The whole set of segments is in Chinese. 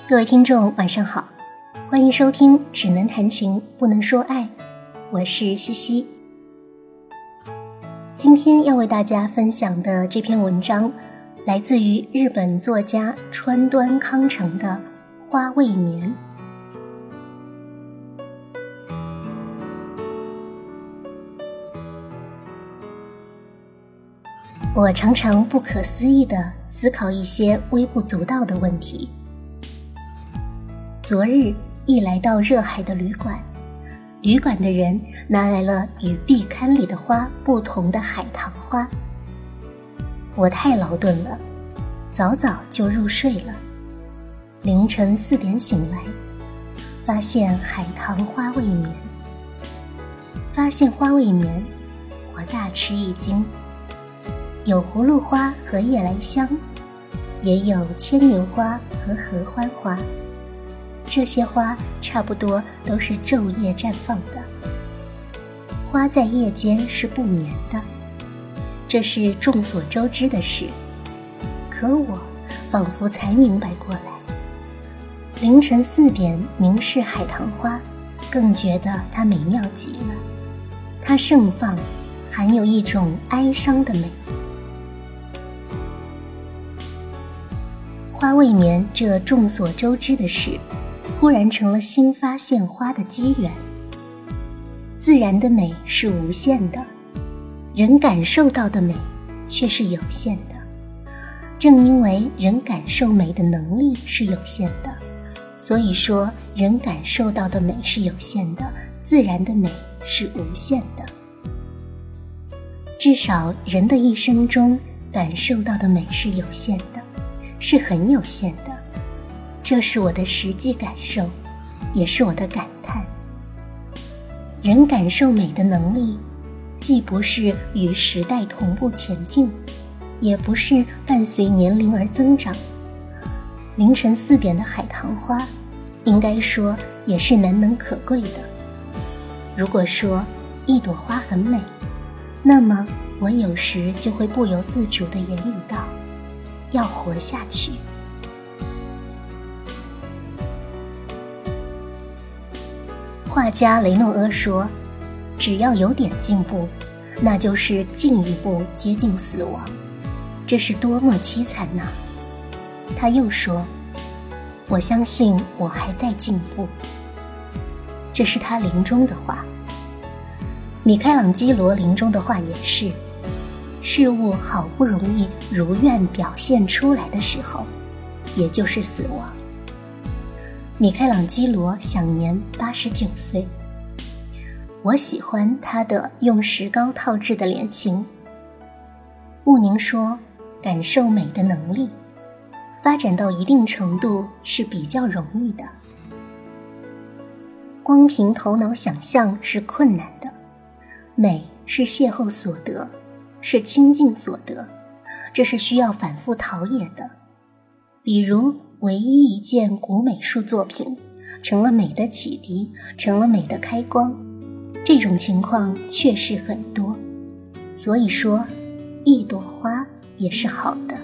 各位听众晚上好，欢迎收听只能谈情不能说爱，我是西西。今天要为大家分享的这篇文章来自于日本作家川端康成的《花未眠》。我常常不可思议地思考一些微不足道的问题。昨日一来到热海的旅馆，旅馆的人拿来了与壁龛里的花不同的海棠花。我太劳顿了，早早就入睡了。凌晨4点醒来，发现海棠花未眠。发现花未眠，我大吃一惊。有葫芦花和夜来香，也有牵牛花和合欢花，这些花差不多都是昼夜绽放的。花在夜间是不眠的，这是众所周知的事，可我仿佛才明白过来。凌晨4点凝视海棠花，更觉得它美妙极了。它盛放，含有一种哀伤的美。花未眠这众所周知的事，忽然成了新发现花的机缘。自然的美是无限的，人感受到的美却是有限的。正因为人感受美的能力是有限的，所以说人感受到的美是有限的，自然的美是无限的。至少人的一生中感受到的美是有限的，是很有限的，这是我的实际感受，也是我的感叹。人感受美的能力，既不是与时代同步前进，也不是伴随年龄而增长。凌晨4点的海棠花，应该说也是难能可贵的。如果说一朵花很美，那么我有时就会不由自主地言语道，要活下去。画家雷诺阿说，只要有点进步，那就是进一步接近死亡，这是多么凄惨呐！他又说，我相信我还在进步，这是他临终的话。米开朗基罗临终的话也是，事物好不容易如愿表现出来的时候，也就是死亡。米开朗基罗享年89岁。我喜欢他的用石膏套制的脸型。毋宁说，感受美的能力发展到一定程度是比较容易的，光凭头脑想象是困难的。美是邂逅所得，是亲近所得，这是需要反复陶冶的。比如唯一一件古美术作品成了美的启迪，成了美的开光，这种情况确实很多。所以说一朵花也是好的。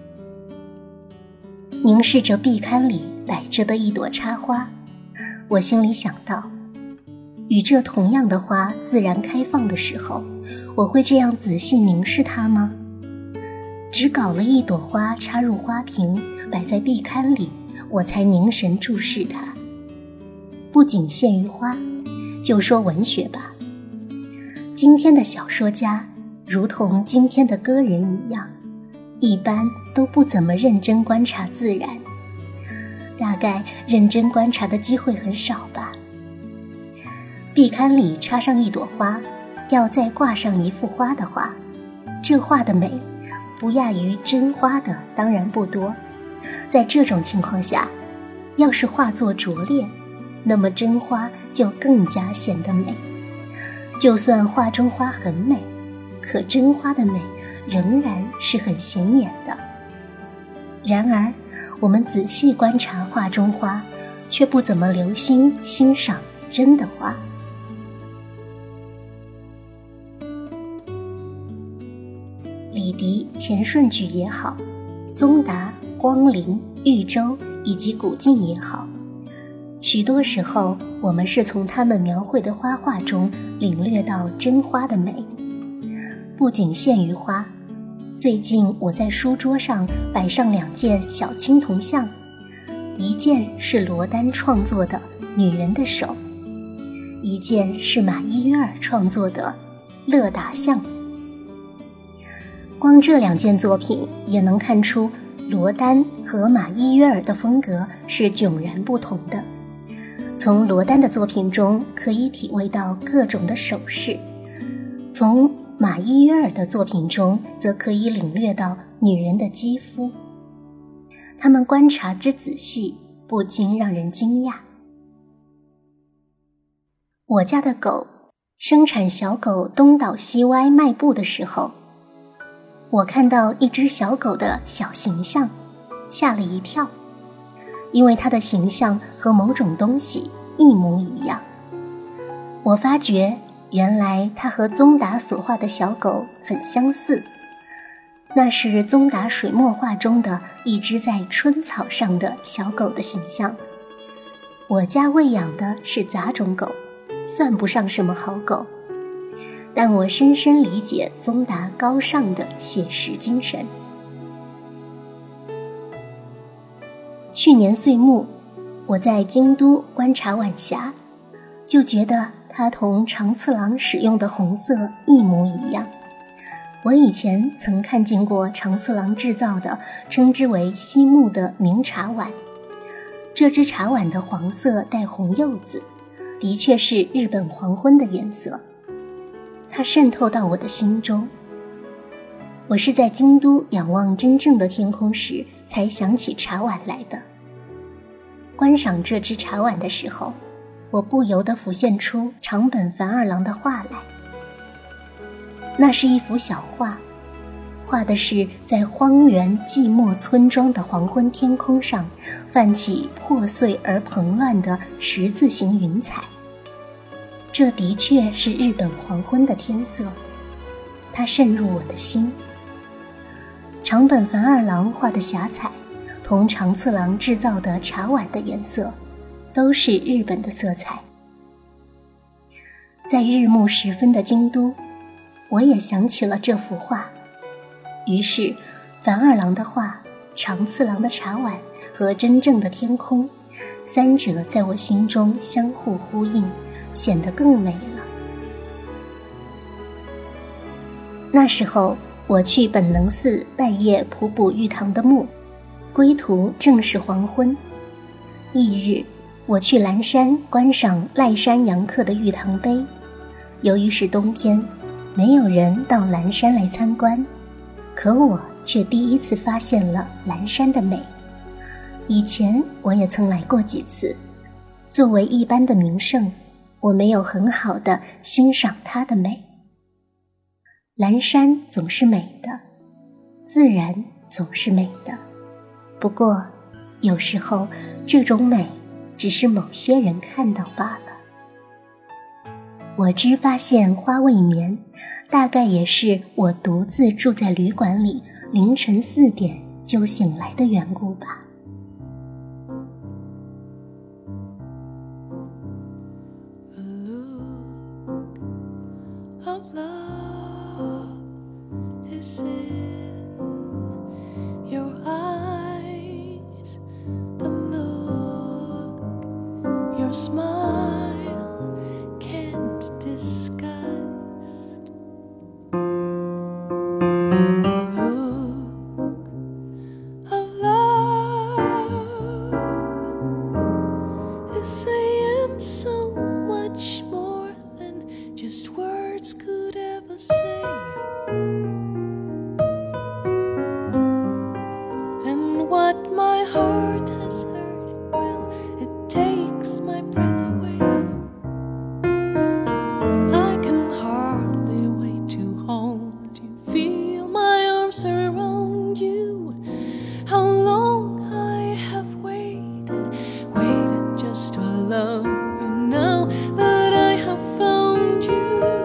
凝视着壁龛里摆着的一朵插花，我心里想到，与这同样的花自然开放的时候，我会这样仔细凝视它吗？只搞了一朵花插入花瓶，摆在壁龛里，我才凝神注视它。不仅限于花，就说文学吧。今天的小说家，如同今天的歌人一样，一般都不怎么认真观察自然，大概认真观察的机会很少吧。壁龛里插上一朵花，要再挂上一幅花的话，这画的美不亚于真花的当然不多。在这种情况下，要是画作拙劣，那么真花就更加显得美。就算画中花很美，可真花的美仍然是很显眼的。然而我们仔细观察画中花，却不怎么留心欣赏真的花。李迪、钱顺举也好，宗达、光临、豫州以及古镜也好，许多时候我们是从他们描绘的花画中领略到真花的美。不仅限于花，最近我在书桌上摆上2件小青铜像，一件是罗丹创作的女人的手，一件是马伊约尔创作的乐达像。光这2件作品也能看出罗丹和马伊约尔的风格是迥然不同的。从罗丹的作品中可以体味到各种的手势，从马伊约尔的作品中则可以领略到女人的肌肤。他们观察之仔细，不禁让人惊讶。我家的狗生产小狗东倒西歪迈步的时候，我看到一只小狗的小形象，吓了一跳，因为它的形象和某种东西一模一样。我发觉原来它和宗达所画的小狗很相似，那是宗达水墨画中的一只在春草上的小狗的形象。我家喂养的是杂种狗，算不上什么好狗，但我深深理解宗达高尚的写实精神。去年岁末，我在京都观察晚霞，就觉得它同长次郎使用的红色一模一样。我以前曾看见过长次郎制造的称之为西木的明茶碗，这只茶碗的黄色带红柚子，的确是日本黄昏的颜色，它渗透到我的心中。我是在京都仰望真正的天空时才想起茶碗来的。观赏这只茶碗的时候，我不由得浮现出长本繁二郎的画来。那是一幅小画，画的是在荒原寂寞村庄的黄昏天空上泛起破碎而蓬乱的十字形云彩。这的确是日本黄昏的天色，它渗入我的心。长本繁二郎画的霞彩同长次郎制造的茶碗的颜色都是日本的色彩。在日暮时分的京都，我也想起了这幅画，于是繁二郎的画、长次郎的茶碗和真正的天空，三者在我心中相互呼应，显得更美了。那时候我去本能寺拜谒普普玉堂的墓，归途正是黄昏。翌日我去蓝山观赏赖山阳客的玉堂碑，由于是冬天，没有人到蓝山来参观，可我却第一次发现了蓝山的美。以前我也曾来过几次，作为一般的名胜，我没有很好的欣赏它的美。蓝山总是美的，自然总是美的，不过有时候这种美只是某些人看到罢了。我只发现花未眠，大概也是我独自住在旅馆里，凌晨4点就醒来的缘故吧。 Love you now that I have found you.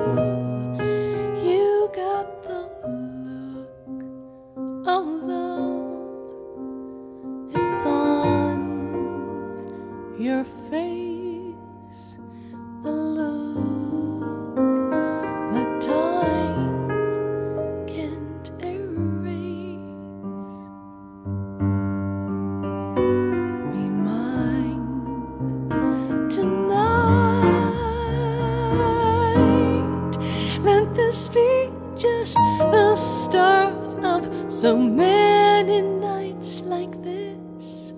this be just the start of so many nights like this?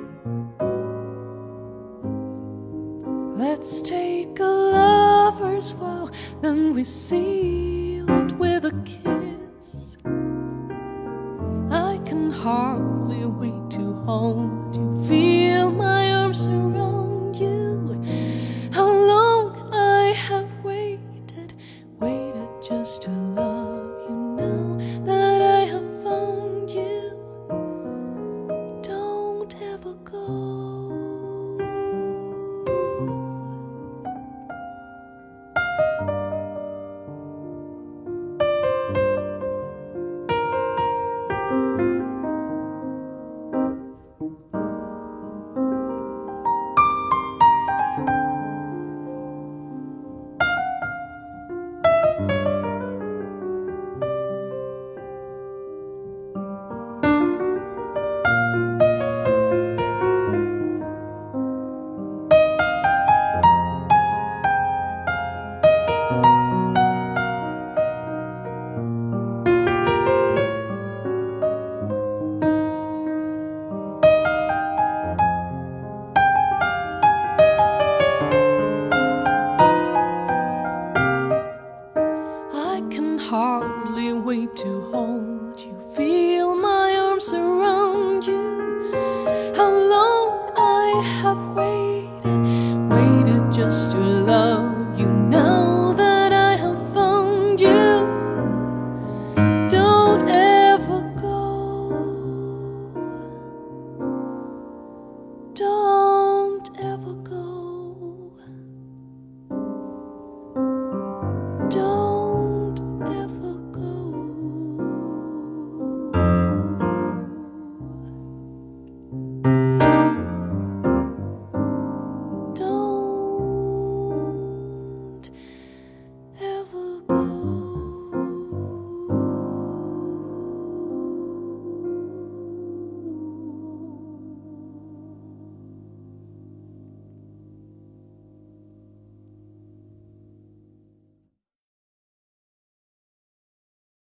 Let's take a lover's vow, then we seal it with a kiss. I can hardly wait to hold you, feel my arms around you. How long I have waited just to love you. Now that I have found you, don't ever go. Hardly wait to hold you, feel my arms around you. How long I have waited just to love you. Now that I have found you, don't ever go. Don't ever go. Don't